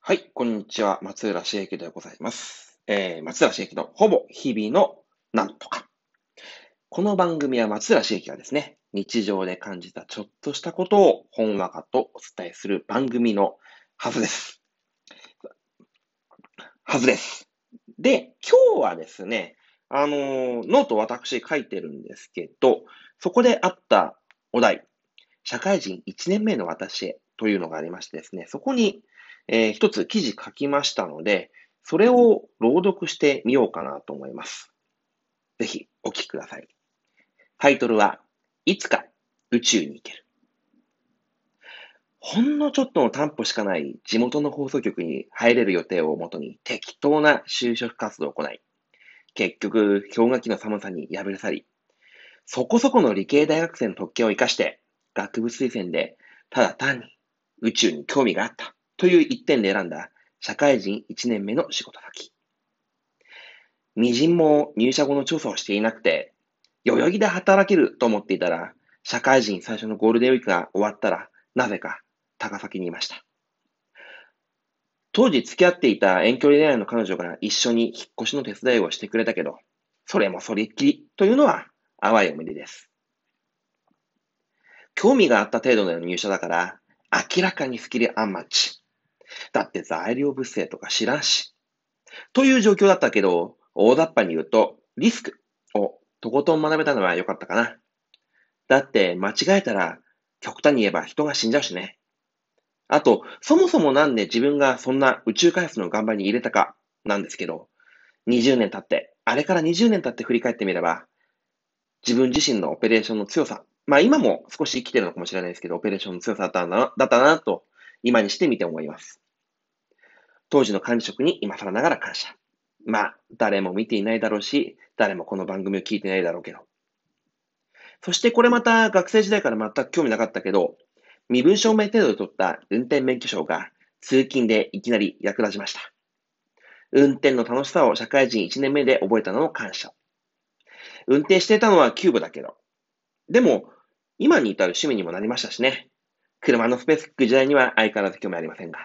はい、こんにちは。松浦茂樹でございます。松浦茂樹のほぼ日々のなんとか。この番組は松浦茂樹がですね、日常で感じたちょっとしたことをほんわかとお伝えする番組のはずです。はずです。で、今日はですね、ノートを私書いてるんですけど、そこであったお題、社会人1年目の私へというのがありましてですね、そこに、一つ記事書きましたので、それを朗読してみようかなと思います。ぜひお聞きください。タイトルは、いつか宇宙に行ける。ほんのちょっとの担保しかない地元の放送局に入れる予定をもとに適当な就職活動を行い、結局、氷河期の寒さに敗れ去り、そこそこの理系大学生の特権を生かして、学部推薦でただ単に宇宙に興味があったという一点で選んだ社会人1年目の仕事先。微塵も入社後の調査をしていなくて、代々木で働けると思っていたら、社会人最初のゴールデンウィークが終わったら、なぜか高崎にいました。当時付き合っていた遠距離恋愛の彼女が一緒に引っ越しの手伝いをしてくれたけど、それもそれっきりというのは淡い思い出です。興味があった程度の入社だから、明らかにスキルアンマッチ。だって材料物性とか知らんし。という状況だったけど、大雑把に言うと、リスクをとことん学べたのは良かったかな。だって間違えたら、極端に言えば人が死んじゃうしね。あと、そもそもなんで自分がそんな宇宙開発の頑張りに入れたかなんですけど、20年経って、あれから20年経って振り返ってみれば、自分自身のオペレーションの強さ、まあ今も少し生きてるのかもしれないですけど、オペレーションの強さだったなと、今にしてみて思います。当時の管理職に今更ながら感謝。まあ、誰も見ていないだろうし、誰もこの番組を聞いてないだろうけど。そしてこれまた学生時代から全く興味なかったけど、身分証明程度で取った運転免許証が通勤でいきなり役立ちました。運転の楽しさを社会人1年目で覚えたのも感謝。運転していたのはキューブだけど、でも、今に至る趣味にもなりましたしね。車のスペック時代には相変わらず興味ありませんが。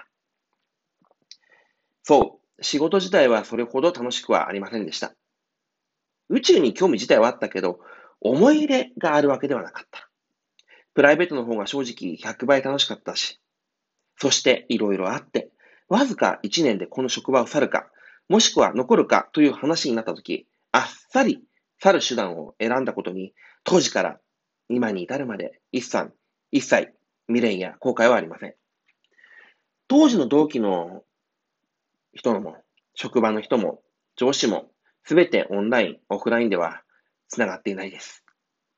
そう、仕事自体はそれほど楽しくはありませんでした。宇宙に興味自体はあったけど、思い入れがあるわけではなかった。プライベートの方が正直100倍楽しかったし、そしていろいろあって、わずか1年でこの職場を去るか、もしくは残るかという話になったとき、あっさり去る手段を選んだことに、当時から今に至るまで一切未練や後悔はありません。当時の同期の人も、職場の人も、上司も、すべてオンライン、オフラインでは繋がっていないです。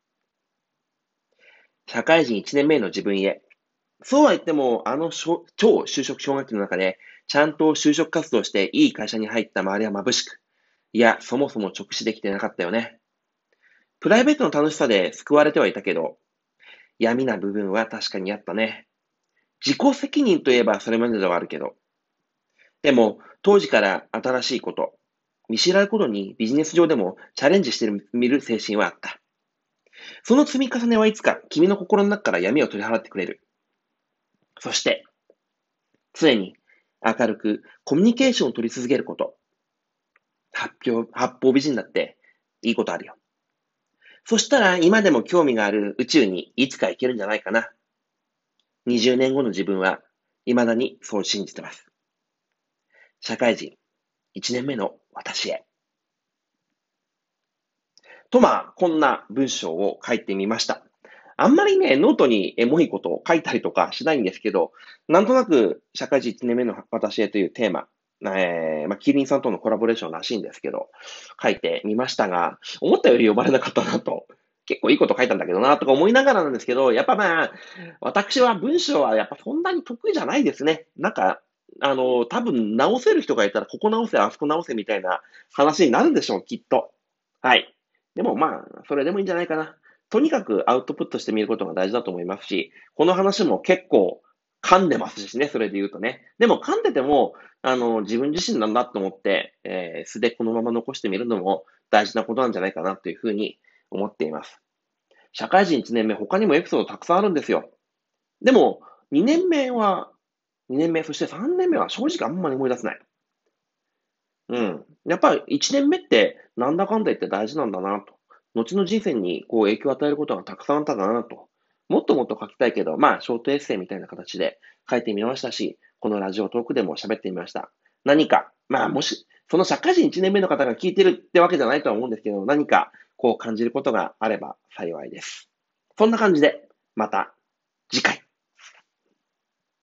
社会人1年目の自分へ。そうは言っても、超就職氷河期の中で、ちゃんと就職活動していい会社に入った周りは眩しく、いや、そもそも直視できてなかったよね。プライベートの楽しさで救われてはいたけど、闇な部分は確かにあったね。自己責任といえばそれまでではあるけど、でも、当時から新しいこと、見知らぬことにビジネス上でもチャレンジしてみる精神はあった。その積み重ねはいつか君の心の中から闇を取り払ってくれる。そして、常に明るくコミュニケーションを取り続けること。八方美人だっていいことあるよ。そしたら今でも興味がある宇宙にいつか行けるんじゃないかな。20年後の自分は未だにそう信じてます。社会人1年目の私へ。とこんな文章を書いてみました。あんまりね、ノートにエモいことを書いたりとかしないんですけど、なんとなく社会人1年目の私へというテーマ、キリンさんとのコラボレーションらしいんですけど、書いてみましたが、思ったより読まれなかったなと。結構いいこと書いたんだけどなとか思いながらなんですけど、やっぱ私は文章はやっぱそんなに得意じゃないですね。多分直せる人がいたら、ここ直せ、あそこ直せみたいな話になるんでしょう、きっと。はい。でもそれでもいいんじゃないかな。とにかくアウトプットしてみることが大事だと思いますし、この話も結構噛んでますしね、それで言うとね。でも噛んでても、自分自身なんだと思って、素でこのまま残してみるのも大事なことなんじゃないかなというふうに思っています。社会人1年目、他にもエピソードたくさんあるんですよ。でも、2年目は 2年目、そして3年目は正直あんまり思い出せない。やっぱり1年目ってなんだかんだ言って大事なんだなと。後の人生にこう影響を与えることがたくさんあったんだなと。もっともっと書きたいけど、ショートエッセイみたいな形で書いてみましたし、このラジオトークでも喋ってみました。何か、もし、その社会人1年目の方が聞いてるってわけじゃないとは思うんですけど、何かこう感じることがあれば幸いです。そんな感じで、また次回。